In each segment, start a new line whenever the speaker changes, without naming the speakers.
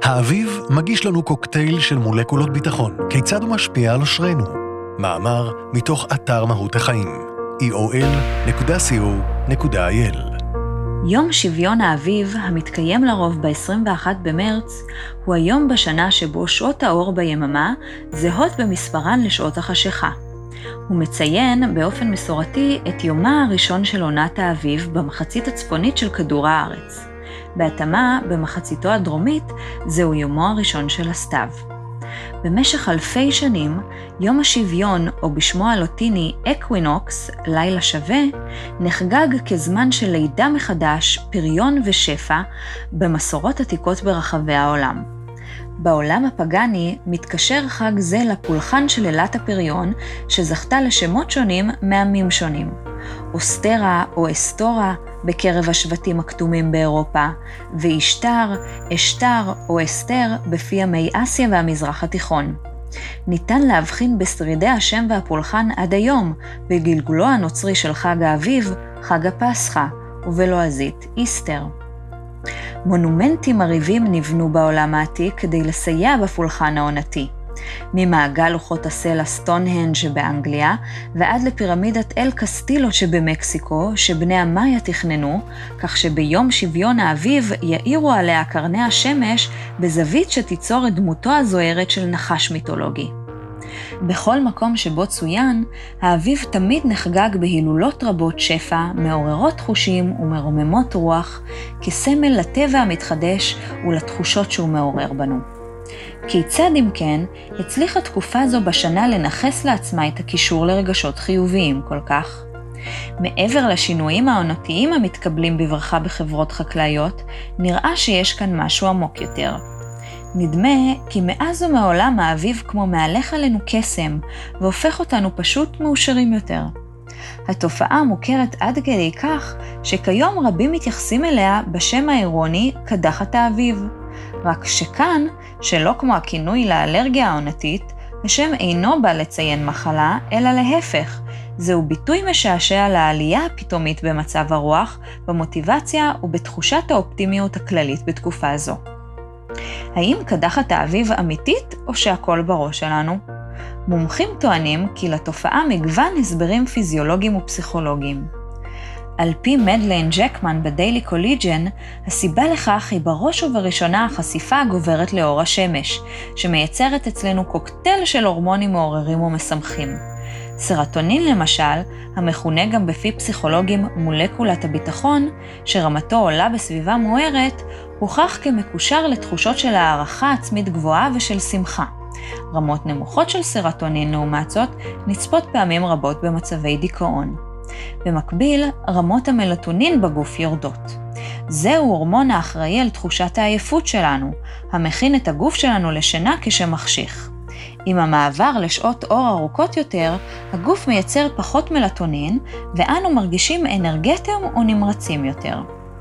האביב מגיש לנו קוקטייל של מולקולות ביטחון. כיצד הוא משפיע על אשרינו? מאמר מתוך אתר מהות החיים. eol.co.il.
יום שוויון האביב, המתקיים לרוב ב-21 במרץ, הוא היום בשנה שבו שעות האור ביממה זהות במספרן לשעות החשיכה. הוא מציין באופן מסורתי את יומה הראשון של עונת האביב במחצית הצפונית של כדור הארץ. בהתאמה, במחציתו הדרומית, זהו יומו הראשון של הסתיו. במשך אלפי שנים, יום השוויון, או בשמו הלוטיני אקווינוקס, לילה שווה, נחגג כזמן של לידה מחדש, פריון ושפע, במסורות עתיקות ברחבי העולם. בעולם הפגני מתקשר חג זה לפולחן של אלת הפריון, שזכתה לשמות שונים מעמים שונים. אוסטרה או אסטורה בקרב השבטים הכתומים באירופה, ואשתר, אשתר או אסתר בפי ימי אסיה והמזרח התיכון. ניתן להבחין בשרידי השם והפולחן עד היום, בגלגולו הנוצרי של חג האביב, חג הפסחא, ובלועזית, איסטר. מונומנטים מרהיבים נבנו בעולם העתיק כדי לסייע בפולחן העונתי. ממעגל לוחות הסלע סטונהנג' שבאנגליה, ועד לפירמידת אל קסטילו שבמקסיקו, שבני המאיה תכננו, כך שביום שוויון האביב יאירו עליה קרני השמש בזווית שתיצור את דמותו הזוהרת של נחש מיתולוגי. בכל מקום שבו צוין, האביב תמיד נחגג בהילולות רבות שפע, מעוררות חושים ומרוממות רוח, כסמל לטבע המתחדש ולתחושות שהוא מעורר בנו. כיצד אם כן, הצליחה תקופה זו בשנה לנחס לעצמה את הקישור לרגשות חיוביים כל כך? מעבר לשינויים העונתיים המתקבלים בברכה בחברות חקלאיות, נראה שיש כאן משהו עמוק יותר. נדמה כי מאז ומעולם האביב כמו מהלך עלינו קסם, והופך אותנו פשוט מאושרים יותר. התופעה מוכרת עד כדי כך שכיום רבים מתייחסים אליה בשם האירוני קדחת האביב. רק שכאן, שלא כמו הכינוי לאלרגיה העונתית, השם אינו בא לציין מחלה, אלא להפך. זהו ביטוי משעשע לעלייה הפתאומית במצב הרוח, במוטיבציה ובתחושת האופטימיות הכללית בתקופה זו. האם קדחת האביב אמיתית או שהכל בראש שלנו? מומחים טוענים כי לתופעה מגוון הסברים פיזיולוגיים ופסיכולוגיים. על פי מדליין ג'קמן בדיילי קוליג'ן, הסיבה לכך היא בראש ובראשונה החשיפה הגוברת לאור השמש, שמייצרת אצלנו קוקטייל של הורמונים מעוררים ומשמחים. סרטונין למשל, המכונה גם בפי פסיכולוגים מולקולת הביטחון, שרמתו עולה בסביבה מוארת, הוכח כמקושר לתחושות של הערכה עצמית גבוהה ושל שמחה. רמות נמוכות של סרטונין לעומת זאת נצפות פעמים רבות במצבי דיכאון. במקביל, רמות המלטונין בגוף יורדות. זהו הורמון האחראי על תחושת העייפות שלנו, המכין את הגוף שלנו לשינה כשמחשיך. עם המעבר לשעות אור ארוכות יותר, הגוף מייצר פחות מלטונין, ואנו מרגישים אנרגטיים ונמרצים יותר.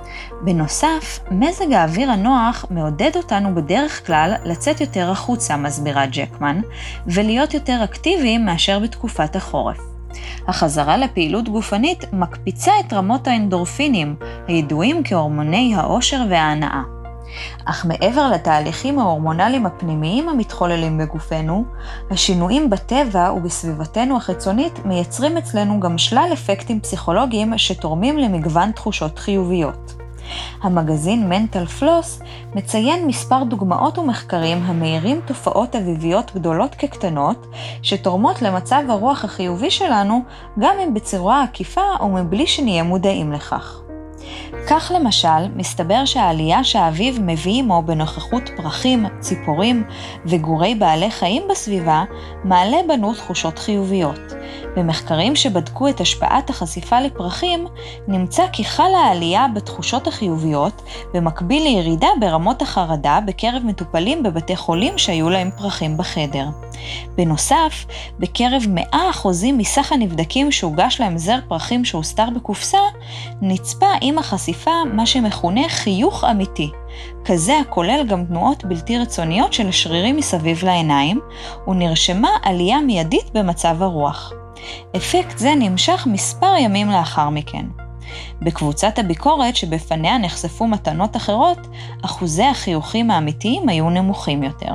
בנוסף, מזג האוויר הנוח מעודד אותנו בדרך כלל לצאת יותר החוצה, מסבירה ג'קמן, ולהיות יותר אקטיביים מאשר בתקופת החורף. החזרה לפעילות גופנית מקפיצה את רמות האנדורפינים, הידועים כהורמוני האושר וההנאה. אך מעבר לתהליכים ההורמונליים הפנימיים המתחוללים בגופנו, השינויים בטבע ובסביבתנו החיצונית מייצרים אצלנו גם שלל אפקטים פסיכולוגיים שתורמים למגוון תחושות חיוביות. המגזין מנטל פלוס מציין מספר דוגמאות ומחקרים המאירים תופעות אביביות גדולות כקטנות, שתורמות למצב הרוח החיובי שלנו גם אם בצורה עקיפה ומבלי שנהיה מודעים לכך. כך למשל, מסתבר שהעלייה שהאביב מביא עמו בנוכחות פרחים, ציפורים וגורי בעלי חיים בסביבה, מעלה בנו תחושות חיוביות. במחקרים שבדקו את השפעת החשיפה לפרחים, נמצא כי חלה העלייה בתחושות החיוביות, במקביל לירידה ברמות החרדה בקרב מטופלים בבתי חולים שהיו להם פרחים בחדר. בנוסף, בקרב 100% מסך הנבדקים שהוגש להם זר פרחים שהוסתר בקופסה, נצפה עם החשיפה מה שמכונה חיוך אמיתי, כזה הכולל גם תנועות בלתי רצוניות של השרירים מסביב לעיניים, ונרשמה עלייה מיידית במצב הרוח. אפקט זה נמשך מספר ימים לאחר מכן. בקבוצת הביקורת שבפניה נחשפו מתנות אחרות, אחוזי החיוכים האמיתיים היו נמוכים יותר.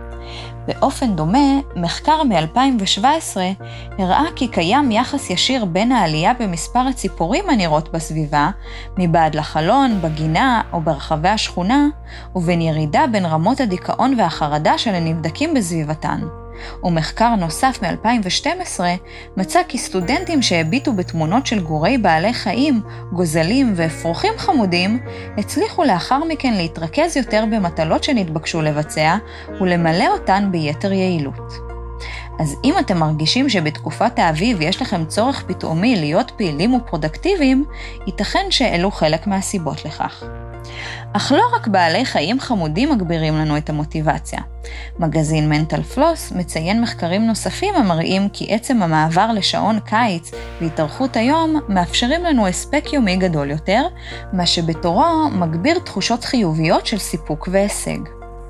באופן דומה, מחקר מ-2017 הראה כי קיים יחס ישיר בין העלייה במספר הציפורים הנראות בסביבה, מבעד לחלון, בגינה או ברחבי השכונה, ובין ירידה בין רמות הדיכאון והחרדה של הנבדקים בסביבתן. ומחקר נוסף מ-2012 מצא כי סטודנטים שהביטו בתמונות של גורי בעלי חיים, גוזלים ואפרוחים חמודים, הצליחו לאחר מכן להתרכז יותר במטלות שנתבקשו לבצע ולמלא אותן ביתר יעילות. אז אם אתם מרגישים שבתקופת האביב יש לכם צורך פתאומי להיות פעילים ופרודקטיביים, ייתכן שאלו חלק מהסיבות לכך. אך לא רק בעלי חיים חמודים מגבירים לנו את המוטיבציה. מגזין מנטל פלוס מציין מחקרים נוספים המראים כי עצם המעבר לשעון קיץ והתארכות היום מאפשרים לנו הספק יומי גדול יותר, מה שבתורו מגביר תחושות חיוביות של סיפוק והישג.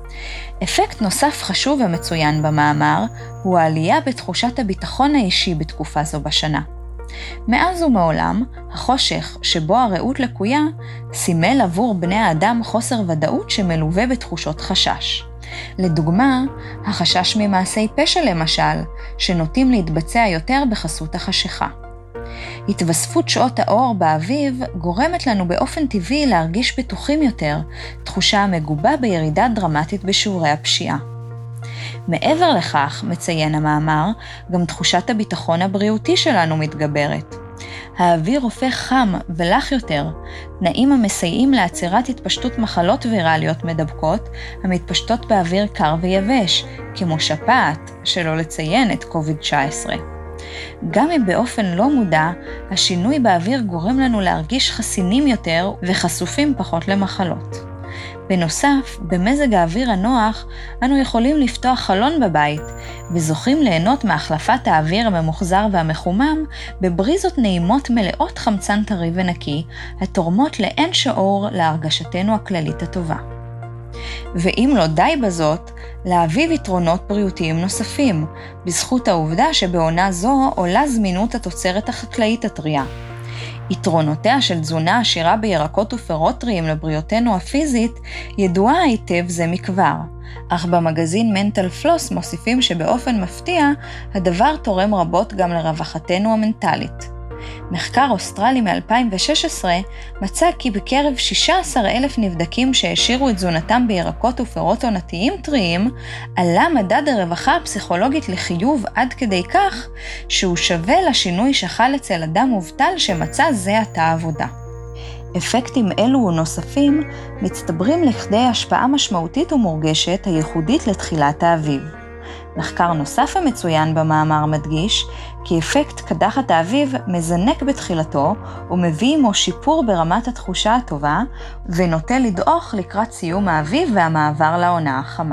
אפקט נוסף חשוב ומצוין במאמר הוא העלייה בתחושת הביטחון האישי בתקופה זו בשנה. מאז ומעולם, החושך שבו הראות לקויה סימל עבור בני האדם חוסר ודאות שמלווה בתחושות חשש. לדוגמה, החשש ממעשי פשע למשל, שנוטים להתבצע יותר בחסות החשיכה. התווספות שעות האור באביב גורמת לנו באופן טבעי להרגיש בטוחים יותר, תחושה מגובה בירידה דרמטית בשיעורי הפשיעה. מעבר לכך, מציין המאמר, גם תחושת הביטחון הבריאותי שלנו מתגברת. האוויר הופך חם ולח יותר, תנאים המסייעים לעצירת התפשטות מחלות ויראליות מדבקות, המתפשטות באוויר קר ויבש, כמו שפעת, שלא לציין את COVID-19. גם אם באופן לא מודע, השינוי באוויר גורם לנו להרגיש חסינים יותר וחשופים פחות למחלות. בנוסף, במזג האוויר הנוח, אנו יכולים לפתוח חלון בבית, וזוכים ליהנות מהחלפת האוויר הממוחזר והמחומם, בבריזות נעימות מלאות חמצן טרי ונקי, התורמות לאין שיעור להרגשתנו הכללית הטובה. ואם לא די בזאת, לאביב יתרונות בריאותיים נוספים, בזכות העובדה שבעונה זו עולה זמינות התוצרת החקלאית הטריה. יתרונותיה של תזונה עשירה בירקות ופירות טריים לבריאותנו הפיזית ידועה היטב זה מכבר, אך במגזין מנטל פלוס מוסיפים שבאופן מפתיע הדבר תורם רבות גם לרווחתנו המנטלית. מחקר אוסטרלי מ-2016 מצא כי בקרב 16,000 נבדקים שהשאירו את תזונתם בירקות ופירות עונתיים טריים, עלה מדד הרווחה הפסיכולוגית לחיוב עד כדי כך שהוא שווה לשינוי שחל אצל אדם מובטל שמצא זה עתה עבודה. אפקטים אלו ונוספים מצטברים לכדי השפעה משמעותית ומורגשת הייחודית לתחילת האביב. מחקר נוסף המצוין במאמר מדגיש כי אפקט קדחת האביב מזנק בתחילתו ומביא עמו שיפור ברמת התחושה הטובה ונוטה לדעוך לקראת סיום האביב והמעבר לעונה החמה.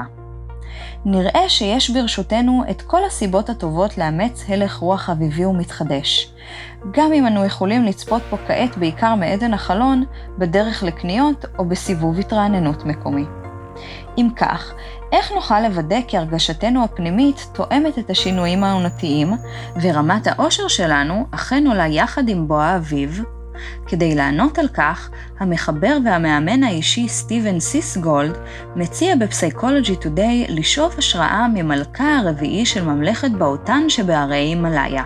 נראה שיש ברשותנו את כל הסיבות הטובות לאמץ הלך רוח אביבי ומתחדש. גם אם אנו יכולים לצפות פה כעת בעיקר מעדן החלון, בדרך לקניות או בסיבוב התרעננות מקומי. אם כך, איך נוכל לוודא כי הרגשתנו הפנימית תואמת את השינויים העונתיים, ורמת האושר שלנו אכן עולה יחד עם בוא האביב? כדי לענות על כך, המחבר והמאמן האישי סטיבן סיסגולד מציע בפסיכולוגי טודיי לשאוב השראה ממלכה הרביעי של ממלכת באוטן שבהרי הימלאיה.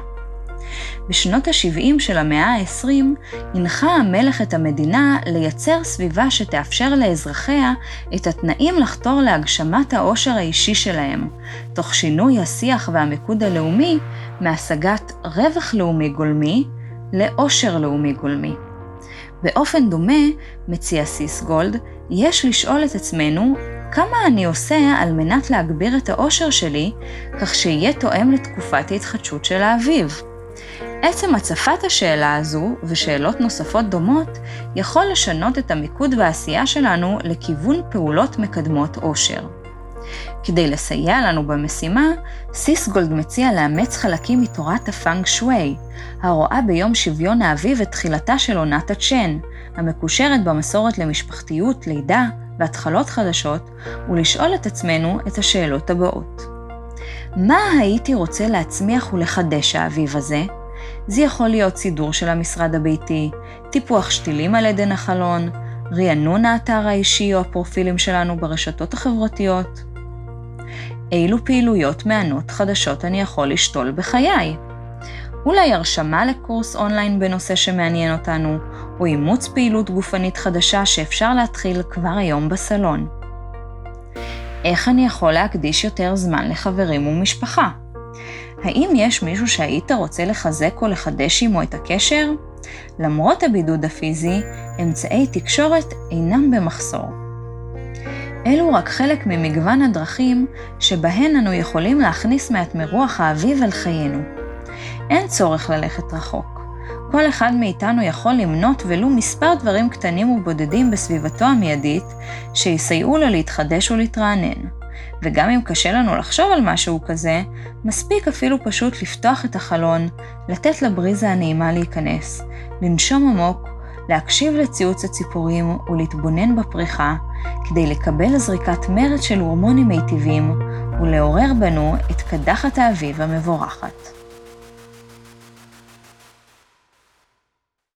בשנות ה-70 של המאה ה-20 הנחה המלך את המדינה לייצר סביבה שתאפשר לאזרחיה את התנאים לחתור להגשמת העושר האישי שלהם, תוך שינוי השיח והמיקוד הלאומי מהשגת רווח לאומי גולמי לעושר לאומי גולמי. באופן דומה, מציע סיסגולד, יש לשאול את עצמנו כמה אני עושה על מנת להגביר את העושר שלי, כך שיהיה תואם לתקופת ההתחדשות של האביב. עצם הצפת השאלה הזו ושאלות נוספות דומות יכול לשנות את המיקוד והעשייה שלנו לכיוון פעולות מקדמות עושר. כדי לסייע לנו במשימה, סיסגולד מציע לאמץ חלקים מתורת הפאנג שווי, הרואה ביום שוויון האביב את תחילתה של עונת הצ'ן, המקושרת במסורת למשפחתיות, לידה והתחלות חדשות, ולשאול את עצמנו את השאלות הבאות. מה הייתי רוצה להצמיח ולחדש האביב הזה? זה יכול להיות סידור של המשרד הביתי, טיפוח שתילים על עדן החלון, רענון האתר האישי או הפרופילים שלנו ברשתות החברתיות. אילו פעילויות מענות חדשות אני יכול לשתול בחיי? אולי הרשמה לקורס אונליין בנושא שמעניין אותנו, או אימוץ פעילות גופנית חדשה שאפשר להתחיל כבר היום בסלון. איך אני יכול להקדיש יותר זמן לחברים ומשפחה? האם יש מישהו שהיית רוצה לחזק או לחדש עמו את הקשר? למרות הבידוד הפיזי, אמצעי תקשורת אינם במחסור. אלו רק חלק ממגוון הדרכים שבהן אנו יכולים להכניס מעט מרוח האביב אל חיינו. אין צורך ללכת רחוק. כל אחד מאיתנו יכול למנות ולו מספר דברים קטנים ובודדים בסביבתו המיידית שיסייעו לו להתחדש ולהתרענן. וגם אם קשה לנו לחשוב על משהו כזה, מספיק אפילו פשוט לפתוח את החלון, לתת לבריזה הנעימה להיכנס, לנשום עמוק, להקשיב לציוץ הציפורים ולהתבונן בפריחה, כדי לקבל זריקת מרץ של הורמונים מיטיבים ולעורר בנו את קדחת האביב המבורכת.